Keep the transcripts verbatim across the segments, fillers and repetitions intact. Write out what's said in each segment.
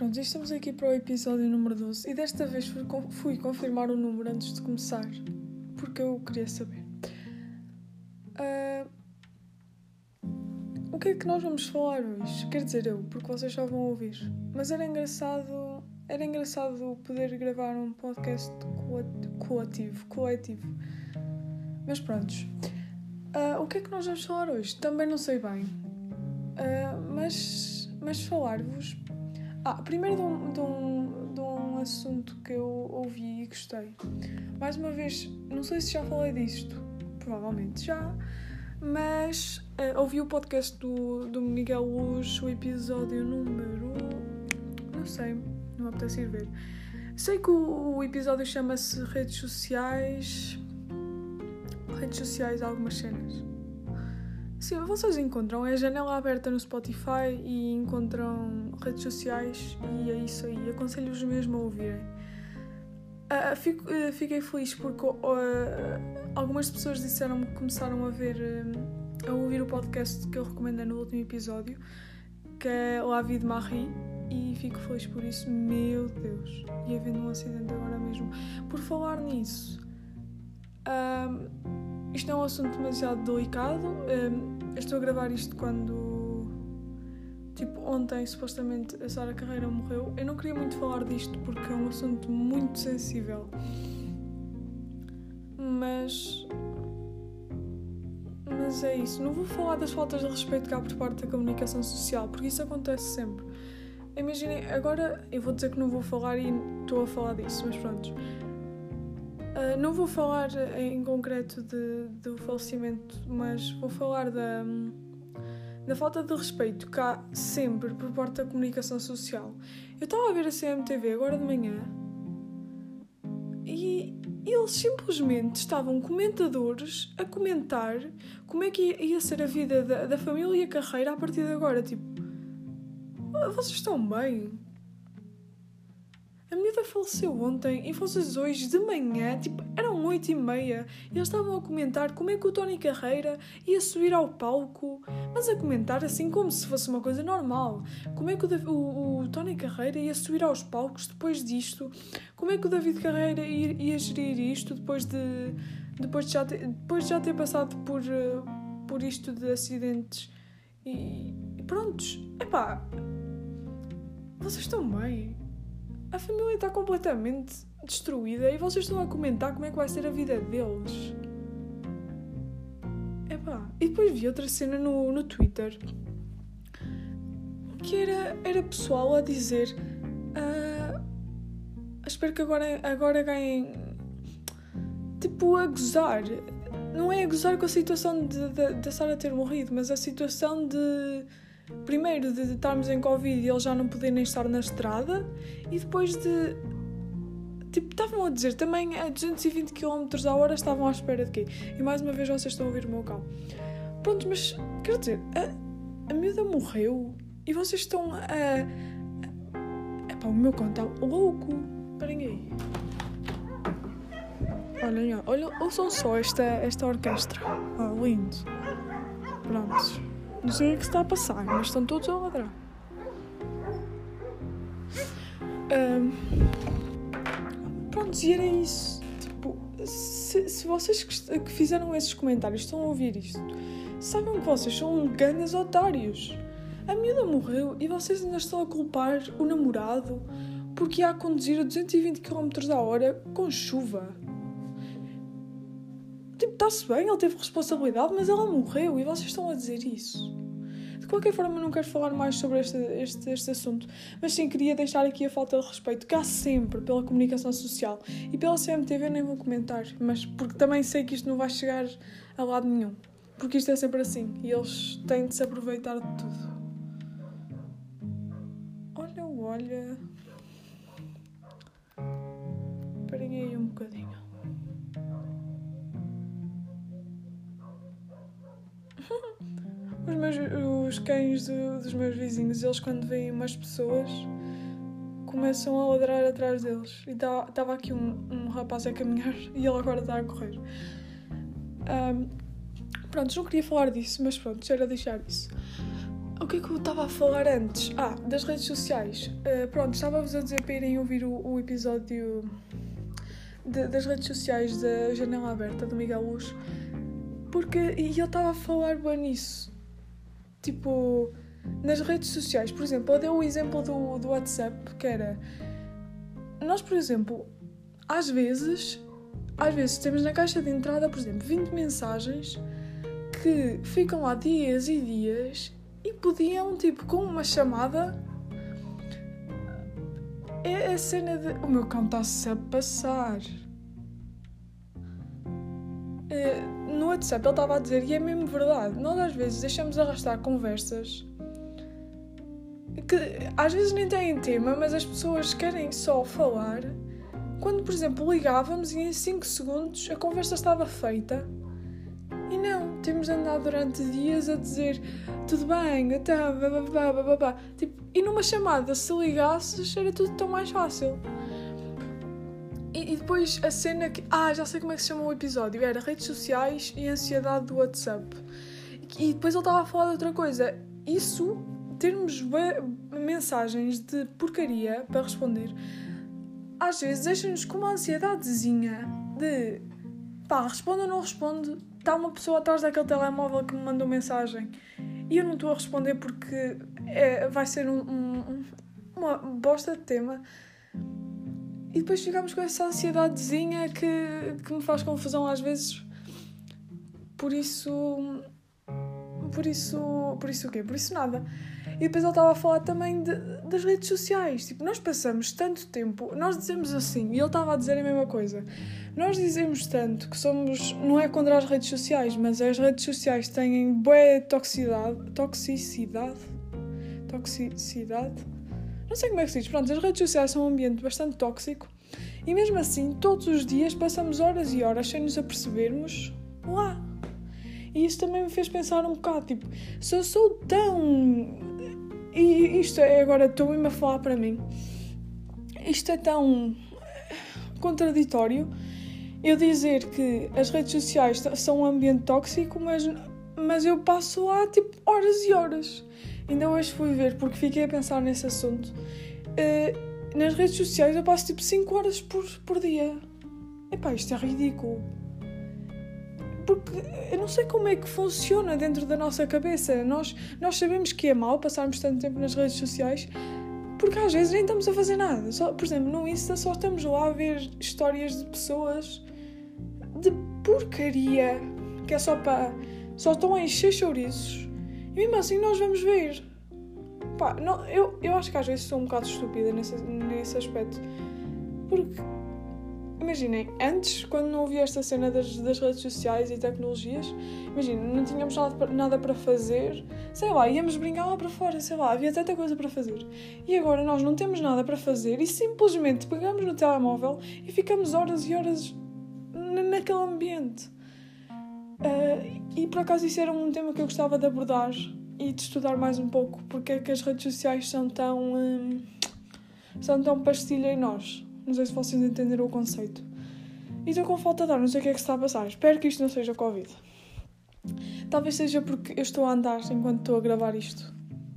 Pronto, estamos aqui para o episódio número doze e desta vez fui, fui confirmar o número antes de começar, porque eu queria saber. Uh, o que é que nós vamos falar hoje? Quer dizer eu, porque vocês só vão ouvir. Mas era engraçado, era engraçado poder gravar um podcast coletivo, coletivo. Mas prontos. Uh, o que é que nós vamos falar hoje? Também não sei bem. Uh, mas, mas falar-vos... Ah, primeiro de um, de, um, de um assunto que eu ouvi e gostei. Mais uma vez, não sei se já falei disto, provavelmente já, mas uh, ouvi o podcast do, do Miguel Luz, o episódio número... não sei, não me apetece ir ver. Sei que o, o episódio chama-se Redes Sociais... Redes Sociais, algumas cenas. Sim, vocês encontram, é a janela aberta no Spotify e encontram redes sociais e é isso aí, aconselho-vos mesmo a ouvirem. Uh, fico, uh, fiquei feliz porque uh, algumas pessoas disseram-me que começaram a ver, uh, a ouvir o podcast que eu recomendei no último episódio, que é La Vie de Marie, e fico feliz por isso, meu Deus, e havendo um acidente agora mesmo. Por falar nisso... Uh, Isto é um assunto demasiado delicado. Um, eu estou a gravar isto quando... Tipo, ontem, supostamente, a Sara Carreira morreu. Eu não queria muito falar disto porque é um assunto muito sensível. Mas... Mas é isso. Não vou falar das faltas de respeito que há por parte da comunicação social, porque isso acontece sempre. Imaginem, agora eu vou dizer que não vou falar e estou a falar disso, mas pronto. Uh, não vou falar em concreto de, do falecimento, mas vou falar da, da falta de respeito que há sempre por parte da comunicação social. Eu estava a ver a C M T V agora de manhã e eles simplesmente estavam comentadores a comentar como é que ia ser a vida da, da família e a carreira a partir de agora. Tipo, vocês estão bem? A miúda faleceu ontem e vocês hoje de manhã, tipo, eram oito e meia, e eles estavam a comentar como é que o Tony Carreira ia subir ao palco, mas a comentar assim como se fosse uma coisa normal. Como é que o, o, o Tony Carreira ia subir aos palcos depois disto? Como é que o David Carreira ia, ia gerir isto depois de, depois de, já, ter, depois de já ter passado por, por isto de acidentes? E, e prontos, epá, vocês estão bem? A família está completamente destruída e vocês estão a comentar como é que vai ser a vida deles. Epá. E depois vi outra cena no, no Twitter que era, era pessoal a dizer uh, espero que agora, agora ganhem, tipo, a gozar. Não é a gozar com a situação de, de, de Sara ter morrido, mas a situação de... Primeiro, de estarmos em Covid e eles já não poderem estar na estrada, e depois de... Tipo, estavam a dizer também a duzentos e vinte quilómetros a hora estavam à espera de quê? E mais uma vez vocês estão a ouvir o meu carro. Pronto, mas, quer dizer, a, a miúda morreu e vocês estão a... a epá, o meu cão está louco. Esperem aí. Olhem, olhem, ouçam só esta, esta orquestra. Oh, lindo. Pronto. Não sei o que se está a passar, mas estão todos a ladrar. Um, pronto, e era isso. Tipo, se, se vocês que, que fizeram esses comentários estão a ouvir isto, sabem que vocês são grandes otários. A miúda morreu e vocês ainda estão a culpar o namorado porque ia a conduzir a duzentos e vinte quilómetros a hora com chuva. Tipo, está-se bem, ele teve responsabilidade, mas ela morreu e vocês estão a dizer isso. De qualquer forma, não quero falar mais sobre este, este, este assunto, mas sim, queria deixar aqui a falta de respeito que há sempre pela comunicação social. E pela C M T V nem vou comentar, mas porque também sei que isto não vai chegar a lado nenhum. Porque isto é sempre assim, e eles têm de se aproveitar de tudo. Olha, olha... Esperem aí um bocadinho. Os, meus, os cães do, dos meus vizinhos, eles quando veem umas pessoas começam a ladrar atrás deles. E estava aqui um, um rapaz a caminhar e ele agora está a correr. Um, pronto, não queria falar disso, mas pronto, já era deixar isso. o que é que eu estava a falar antes? Ah, das redes sociais. Uh, pronto, estava-vos a dizer para irem ouvir o, o episódio de, das redes sociais da Janela Aberta, do Miguel Luz. Porque, e eu estava a falar bem nisso. Tipo, nas redes sociais, por exemplo, eu dei o exemplo do, do WhatsApp, que era... Nós, por exemplo, às vezes, às vezes temos na caixa de entrada, por exemplo, vinte mensagens que ficam lá dias e dias... E podiam, tipo, com uma chamada... É a cena de... O meu cão está-se a passar. É, no WhatsApp ele estava a dizer, e é mesmo verdade, nós às vezes deixamos arrastar conversas que às vezes nem têm tema, mas as pessoas querem só falar. Quando, por exemplo, ligávamos e em cinco segundos a conversa estava feita. E não, temos de andar durante dias a dizer tudo bem, então, bababá, bababá. Tipo, e numa chamada, se ligasses, era tudo tão mais fácil. E, e depois a cena que... Ah, já sei como é que se chama o episódio. Era redes sociais e ansiedade do WhatsApp. E depois ele estava a falar de outra coisa. Isso, termos mensagens de porcaria para responder, às vezes deixa-nos com uma ansiedadezinha de... Pá, responde ou não responde... Está uma pessoa atrás daquele telemóvel que me mandou mensagem e eu não estou a responder porque é, vai ser um, um, uma bosta de tema. E depois ficamos com essa ansiedadezinha que, que me faz confusão às vezes. Por isso... Por isso... Por isso o quê? Por isso nada. E depois ele estava a falar também de, das redes sociais. Tipo, nós passamos tanto tempo... Nós dizemos assim, e ele estava a dizer a mesma coisa. Nós dizemos tanto que somos... Não é contra as redes sociais, mas as redes sociais têm bué toxicidade... Toxicidade? Toxicidade? Não sei como é que se diz. Pronto, as redes sociais são um ambiente bastante tóxico. E mesmo assim, todos os dias passamos horas e horas sem nos apercebermos lá. E isso também me fez pensar um bocado, tipo, se eu sou tão... E isto é, agora estou-me a falar para mim. Isto é tão contraditório, eu dizer que as redes sociais são um ambiente tóxico, mas, mas eu passo lá, tipo, horas e horas. Ainda hoje fui ver, porque fiquei a pensar nesse assunto. Uh, nas redes sociais eu passo, tipo, cinco horas por, por dia. Epá, isto é ridículo. Porque eu não sei como é que funciona dentro da nossa cabeça. Nós, nós sabemos que é mau passarmos tanto tempo nas redes sociais, porque às vezes nem estamos a fazer nada. Só, por exemplo, no Insta só estamos lá a ver histórias de pessoas de porcaria, que é só para... Só estão a encher chouriços. E mesmo assim nós vamos ver. Pá, não, eu, eu acho que às vezes sou um bocado estúpida nesse, nesse aspecto. Porque... Imaginem, antes, quando não havia esta cena das, das redes sociais e tecnologias, imaginem, não tínhamos nada, nada para fazer, sei lá, íamos brincar lá para fora, sei lá, havia tanta coisa para fazer. E agora nós não temos nada para fazer e simplesmente pegamos no telemóvel e ficamos horas e horas n- naquele ambiente. Uh, e por acaso isso era um tema que eu gostava de abordar e de estudar mais um pouco, porque é que as redes sociais são tão, um, são tão pastilha em nós. Não sei se vocês entenderam o conceito. E estou com falta de ar, não sei o que é que se está a passar. Espero que isto não seja Covid. Talvez seja porque eu estou a andar enquanto estou a gravar isto.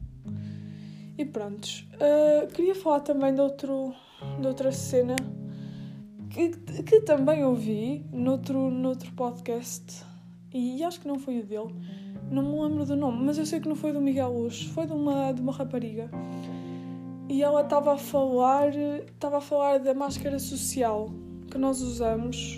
E prontos. Uh, queria falar também de, outro, de outra cena que, que também ouvi noutro, noutro podcast. E acho que não foi o dele. Não me lembro do nome, mas eu sei que não foi do Miguel Luz. Foi de uma, de uma rapariga. E ela estava a falar, estava a falar da máscara social que nós usamos.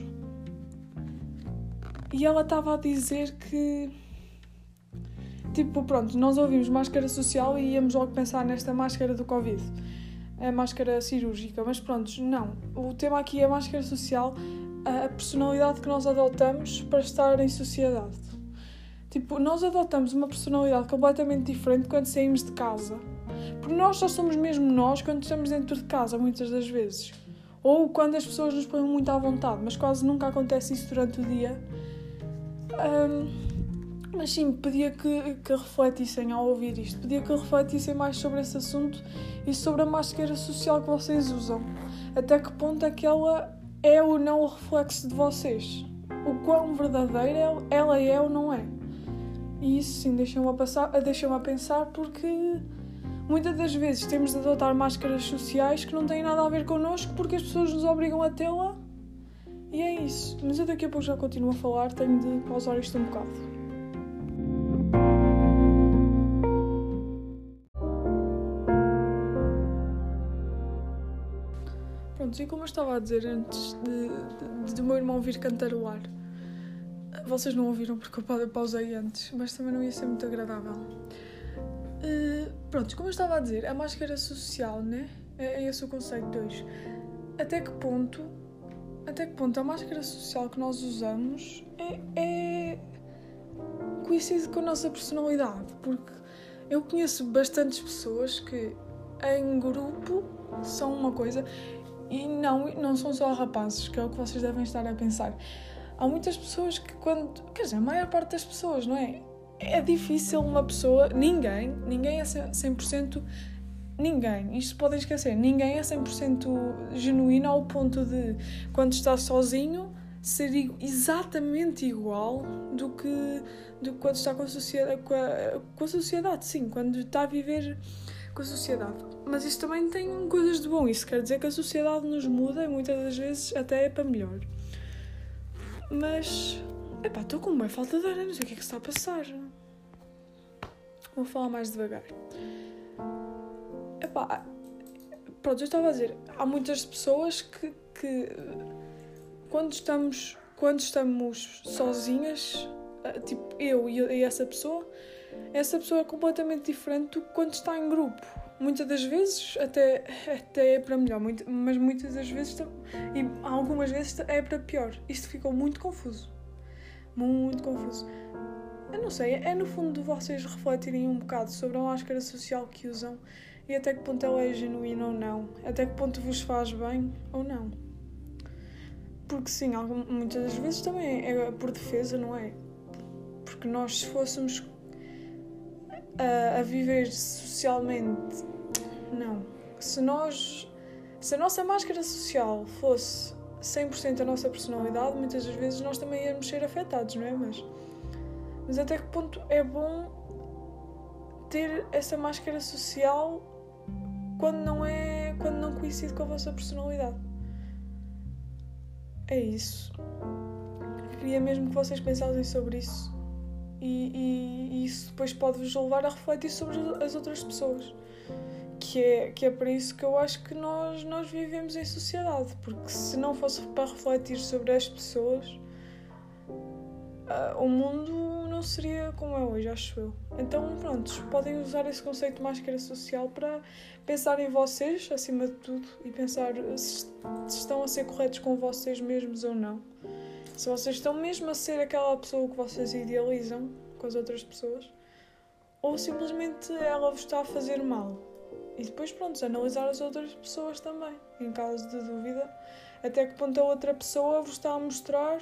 E ela estava a dizer que... Tipo, pronto, nós ouvimos máscara social e íamos logo pensar nesta máscara do Covid. A máscara cirúrgica. Mas pronto, não. O tema aqui é a máscara social, a personalidade que nós adotamos para estar em sociedade. Tipo, nós adotamos uma personalidade completamente diferente quando saímos de casa. Porque nós só somos mesmo nós quando estamos dentro de casa, muitas das vezes. Ou quando as pessoas nos põem muito à vontade, mas quase nunca acontece isso durante o dia. Um, mas sim, pedia que, que refletissem ao ouvir isto. Pedia que refletissem mais sobre esse assunto e sobre a máscara social que vocês usam. Até que ponto é que ela é ou não o reflexo de vocês. O quão verdadeira ela é ou não é. E isso sim deixa-me a, passar, deixa-me a pensar, porque muitas das vezes temos de adotar máscaras sociais que não têm nada a ver connosco, porque as pessoas nos obrigam a tê-la. E é isso. Mas eu daqui a pouco já continuo a falar, tenho de pausar isto um bocado. Pronto, e como eu estava a dizer antes de, de, de meu irmão vir cantarolar, vocês não ouviram porque eu pausei antes, mas também não ia ser muito agradável. Uh, pronto, como eu estava a dizer, a máscara social, né? É, é esse o conceito dois. Até que ponto, até que ponto a máscara social que nós usamos é, é coincide com a nossa personalidade? Porque eu conheço bastantes pessoas que em grupo são uma coisa e não, não são só rapazes, que é o que vocês devem estar a pensar. Há muitas pessoas que quando... Quer dizer, a maior parte das pessoas, não é? É difícil uma pessoa... Ninguém, ninguém é cem por cento... Ninguém, isto podem esquecer, ninguém é cem por cento genuíno ao ponto de, quando está sozinho, ser exatamente igual do que, do que quando está com a, sociedade, com, a, com a sociedade, sim, quando está a viver com a sociedade. Mas isso também tem coisas de bom, isso quer dizer que a sociedade nos muda e muitas das vezes até é para melhor. Mas, epá, estou com uma falta de ar, não sei o que é que se está a passar. Vou falar mais devagar. Epá, pronto, eu estava a dizer, há muitas pessoas que, que quando, estamos, quando estamos sozinhas, tipo eu e essa pessoa, essa pessoa é completamente diferente do que quando está em grupo. Muitas das vezes até, até é para melhor, muito, mas muitas das vezes, e algumas vezes é para pior. Isto ficou muito confuso, muito confuso. Eu não sei, é no fundo de vocês refletirem um bocado sobre a máscara social que usam e até que ponto ela é genuína ou não, até que ponto vos faz bem ou não. Porque sim, muitas das vezes também é por defesa, não é? Porque nós, se fôssemos a, a viver socialmente, não. Se nós, se a nossa máscara social fosse cem por cento a nossa personalidade, muitas das vezes nós também íamos ser afetados, não é? Mas, mas até que ponto é bom ter essa máscara social quando não é, quando não coincide com a vossa personalidade? É isso. Queria mesmo que vocês pensassem sobre isso e, e, e isso depois pode-vos levar a refletir sobre as outras pessoas, que é, que é para isso que eu acho que nós, nós vivemos em sociedade, porque se não fosse para refletir sobre as pessoas, uh, o mundo não seria como é hoje, acho eu. Então, pronto, podem usar esse conceito de máscara social para pensar em vocês, acima de tudo, e pensar se, se estão a ser corretos com vocês mesmos ou não. Se vocês estão mesmo a ser aquela pessoa que vocês idealizam com as outras pessoas, ou simplesmente ela vos está a fazer mal. E depois, pronto, analisar as outras pessoas também, em caso de dúvida, até que ponto a outra pessoa vos está a mostrar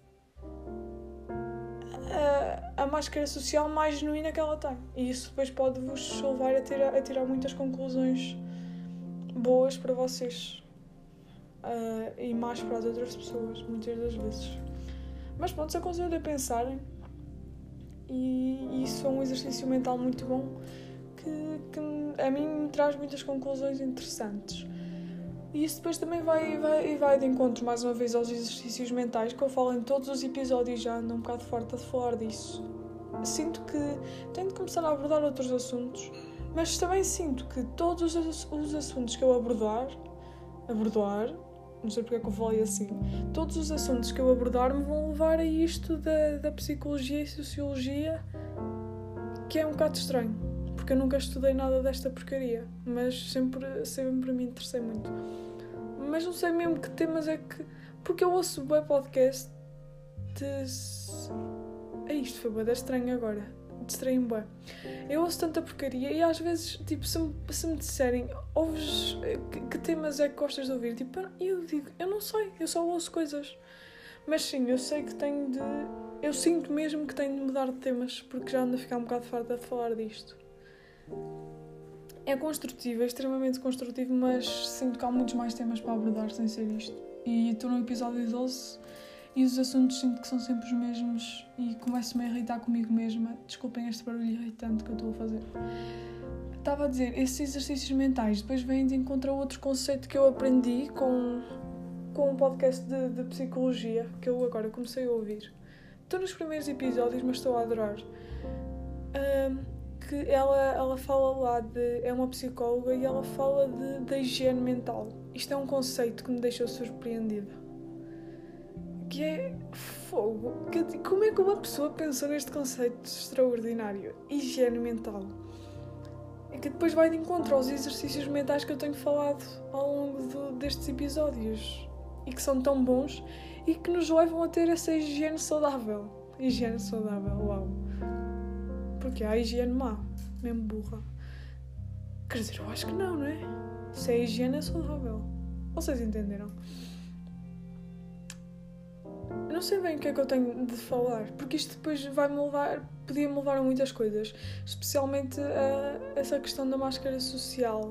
A, a máscara social mais genuína que ela tem. E isso depois pode-vos levar a tirar, a tirar muitas conclusões boas para vocês uh, e mais para as outras pessoas, muitas das vezes. Mas pronto, se aconselho a pensarem, e, e isso é um exercício mental muito bom que, que a mim me traz muitas conclusões interessantes. E isso depois também vai, vai, vai de encontro, mais uma vez, aos exercícios mentais, que eu falo em todos os episódios, já ando um bocado farta de falar disso. Sinto que tenho de começar a abordar outros assuntos, mas também sinto que todos os, os assuntos que eu abordar, abordar, não sei porque é que eu falei assim, todos os assuntos que eu abordar me vão levar a isto da, da psicologia e sociologia, que é um bocado estranho, porque eu nunca estudei nada desta porcaria, mas sempre, sempre me interessei muito. Mas não sei mesmo que temas é que... Porque eu ouço bem podcast de... É isto, foi bem estranho agora. Distraí-me bem. Eu ouço tanta porcaria e às vezes, tipo, se me, se me disserem ouves, que, que temas é que gostas de ouvir? Tipo, eu digo, eu não sei, eu só ouço coisas. Mas sim, eu sei que tenho de... Eu sinto mesmo que tenho de mudar de temas, porque já ando a ficar um bocado farta de falar disto. É construtivo, é extremamente construtivo, mas sinto que há muitos mais temas para abordar sem ser isto. E estou no episódio doze e os assuntos sinto que são sempre os mesmos e começo-me a irritar comigo mesma. Desculpem este barulho irritante que eu estou a fazer. Estava a dizer, esses exercícios mentais depois vêm de encontrar outro conceito que eu aprendi com, com um podcast de, de psicologia que eu agora comecei a ouvir. Estou nos primeiros episódios, mas estou a adorar. Um, que ela, ela fala lá de... É uma psicóloga e ela fala de, de higiene mental. Isto é um conceito que me deixou surpreendida. Que é fogo. Que, como é que uma pessoa pensou neste conceito extraordinário? Higiene mental. É que depois vai de encontro aos exercícios mentais que eu tenho falado ao longo do, destes episódios. E que são tão bons e que nos levam a ter essa higiene saudável. Higiene saudável, uau. Porque há higiene má, mesmo burra. Quer dizer, eu acho que não, não é? Se é higiene é saudável. Vocês entenderam? Eu não sei bem o que é que eu tenho de falar, porque isto depois vai-me levar, podia-me levar a muitas coisas, especialmente a essa questão da máscara social.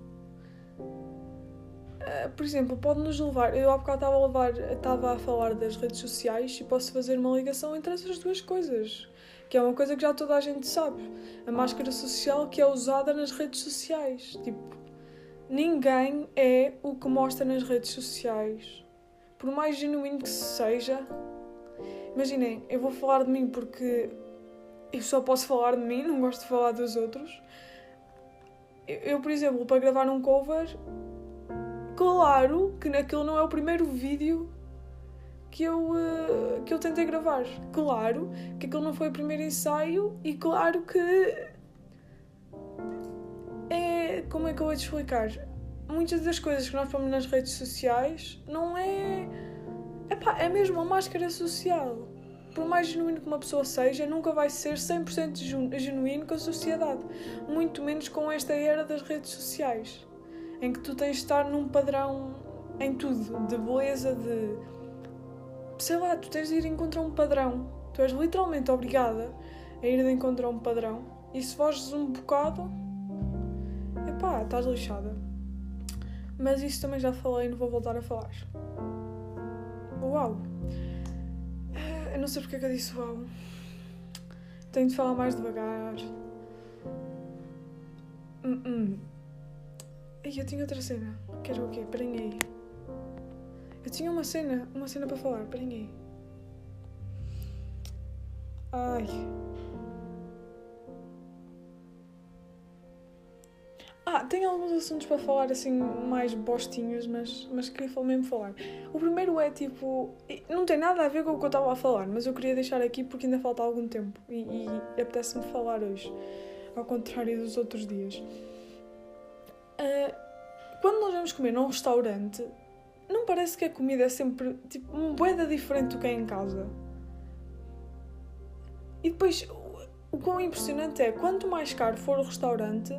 Por exemplo, pode-nos levar, eu há bocado estava a, levar, estava a falar das redes sociais e posso fazer uma ligação entre essas duas coisas, que é uma coisa que já toda a gente sabe, a máscara social que é usada nas redes sociais. Tipo, ninguém é o que mostra nas redes sociais. Por mais genuíno que seja, imaginem, eu vou falar de mim porque eu só posso falar de mim, não gosto de falar dos outros. Eu, eu por exemplo, para gravar um cover, claro que aquilo não é o primeiro vídeo que eu, uh, que eu tentei gravar. Claro que aquilo não foi o primeiro ensaio e claro que é... Como é que eu vou te explicar? Muitas das coisas que nós pomos nas redes sociais não é... Epá, é mesmo uma máscara social. Por mais genuíno que uma pessoa seja, nunca vai ser cem por cento genuíno com a sociedade. Muito menos com esta era das redes sociais, em que tu tens de estar num padrão em tudo, de beleza, de... Sei lá, tu tens de ir encontrar um padrão. Tu és literalmente obrigada a ir de encontrar um padrão. E se foges um bocado, epá, estás lixada. Mas isso também já falei e não vou voltar a falar. Uau! Eu não sei porque é que eu disse uau. Tenho de falar mais devagar. Uh-uh. E eu tinha outra cena. Quero o quê? Esperem aí. Eu tinha uma cena, uma cena para falar. Esperem aí. Ai. Ah, tenho alguns assuntos para falar assim mais bostinhos, mas, mas queria mesmo falar. O primeiro é tipo... Não tem nada a ver com o que eu estava a falar, mas eu queria deixar aqui porque ainda falta algum tempo. E, e apetece-me falar hoje. Ao contrário dos outros dias. Uh, quando nós vamos comer num restaurante, não parece que a comida é sempre tipo uma boeda diferente do que é em casa? E depois, o, o quão impressionante é, quanto mais caro for o restaurante...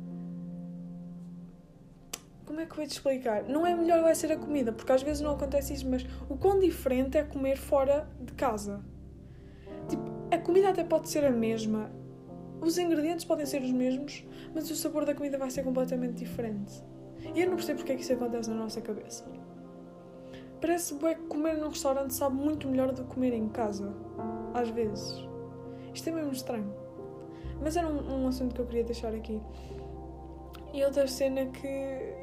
Como é que eu vou te explicar? Não é melhor vai ser a comida, porque às vezes não acontece isso, mas o quão diferente é comer fora de casa. Tipo, a comida até pode ser a mesma, os ingredientes podem ser os mesmos, mas o sabor da comida vai ser completamente diferente. E eu não percebo porque é que isso acontece na nossa cabeça. Parece bué que comer num restaurante sabe muito melhor do que comer em casa, às vezes. Isto é mesmo estranho. Mas era um, um assunto que eu queria deixar aqui. E outra cena que...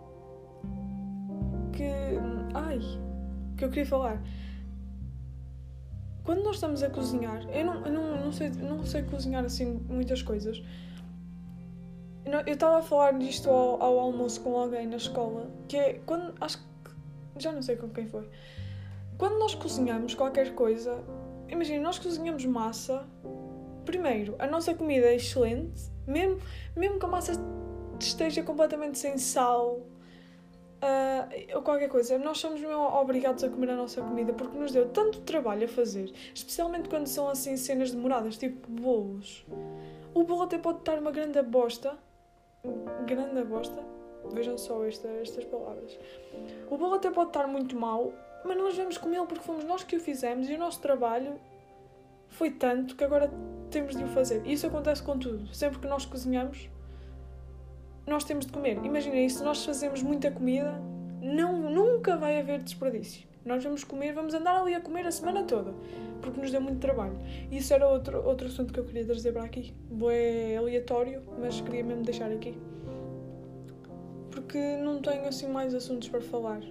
que... Ai... que eu queria falar. Quando nós estamos a cozinhar... Eu não, eu não, não, sei, não sei cozinhar assim muitas coisas. Eu estava a falar disto ao, ao almoço com alguém na escola. Que é quando... Acho que... Já não sei com quem foi. Quando nós cozinhamos qualquer coisa... Imagina, nós cozinhamos massa... Primeiro, a nossa comida é excelente. Mesmo, mesmo que a massa... esteja completamente sem sal uh, ou qualquer coisa, nós somos mesmo obrigados a comer a nossa comida porque nos deu tanto trabalho a fazer, especialmente quando são assim cenas demoradas, tipo bolos. O bolo até pode estar uma grande bosta, grande bosta, vejam só esta, estas palavras. O bolo até pode estar muito mau, mas nós vamos comê-lo porque fomos nós que o fizemos e o nosso trabalho foi tanto que agora temos de o fazer. E isso acontece com tudo, sempre que nós cozinhamos nós temos de comer. Imaginem, se nós fazemos muita comida, não, nunca vai haver desperdício. Nós vamos comer, vamos andar ali a comer a semana toda, porque nos deu muito trabalho. E isso era outro, outro assunto que eu queria trazer para aqui. É aleatório, mas queria mesmo deixar aqui. Porque não tenho assim mais assuntos para falar.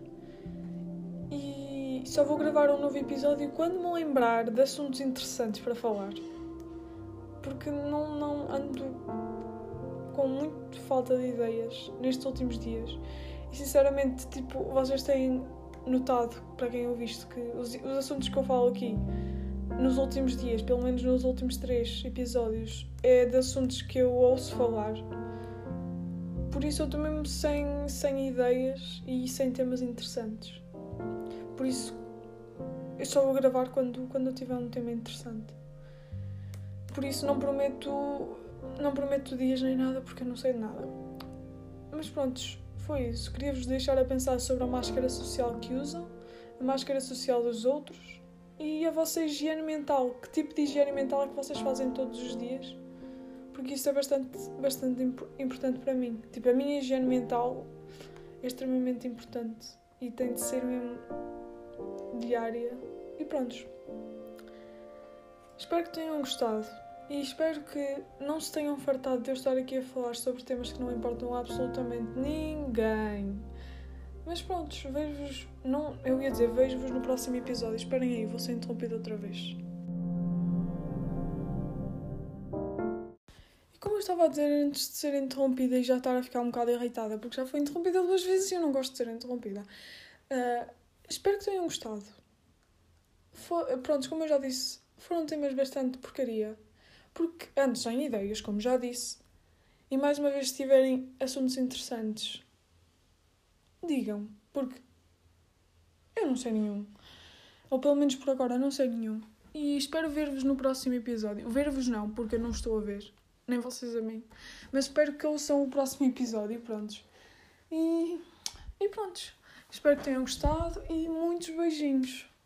E só vou gravar um novo episódio quando me lembrar de assuntos interessantes para falar. Porque não, não ando com muito falta de ideias nestes últimos dias. E sinceramente, tipo, vocês têm notado, para quem ouve isto, que os, os assuntos que eu falo aqui nos últimos dias, pelo menos nos últimos três episódios, é de assuntos que eu ouço falar. Por isso eu estou mesmo sem, sem ideias e sem temas interessantes. Por isso eu só vou gravar quando, quando eu tiver um tema interessante. Por isso não prometo, não prometo dias nem nada, porque eu não sei de nada. Mas prontos, foi isso. Queria-vos deixar a pensar sobre a máscara social que usam, a máscara social dos outros e a vossa higiene mental. Que tipo de higiene mental é que vocês fazem todos os dias? Porque isso é bastante, bastante importante para mim. Tipo, a minha higiene mental é extremamente importante e tem de ser mesmo diária. E prontos. Espero que tenham gostado e espero que não se tenham fartado de eu estar aqui a falar sobre temas que não importam a absolutamente ninguém. Mas prontos, vejo-vos... Não, eu ia dizer, vejo-vos no próximo episódio. Esperem aí, vou ser interrompida outra vez. Como eu estava a dizer antes de ser interrompida e já estar a ficar um bocado irritada, porque já fui interrompida duas vezes e eu não gosto de ser interrompida. Uh, espero que tenham gostado. For, pronto, como eu já disse, foram temas bastante porcaria. Porque antes têm ideias, como já disse. E mais uma vez, se tiverem assuntos interessantes, digam. Porque eu não sei nenhum. Ou pelo menos por agora não sei nenhum. E espero ver-vos no próximo episódio. Ver-vos não, porque eu não estou a ver. Nem vocês a mim. Mas espero que ouçam o próximo episódio e prontos. E, e prontos. Espero que tenham gostado e muitos beijinhos.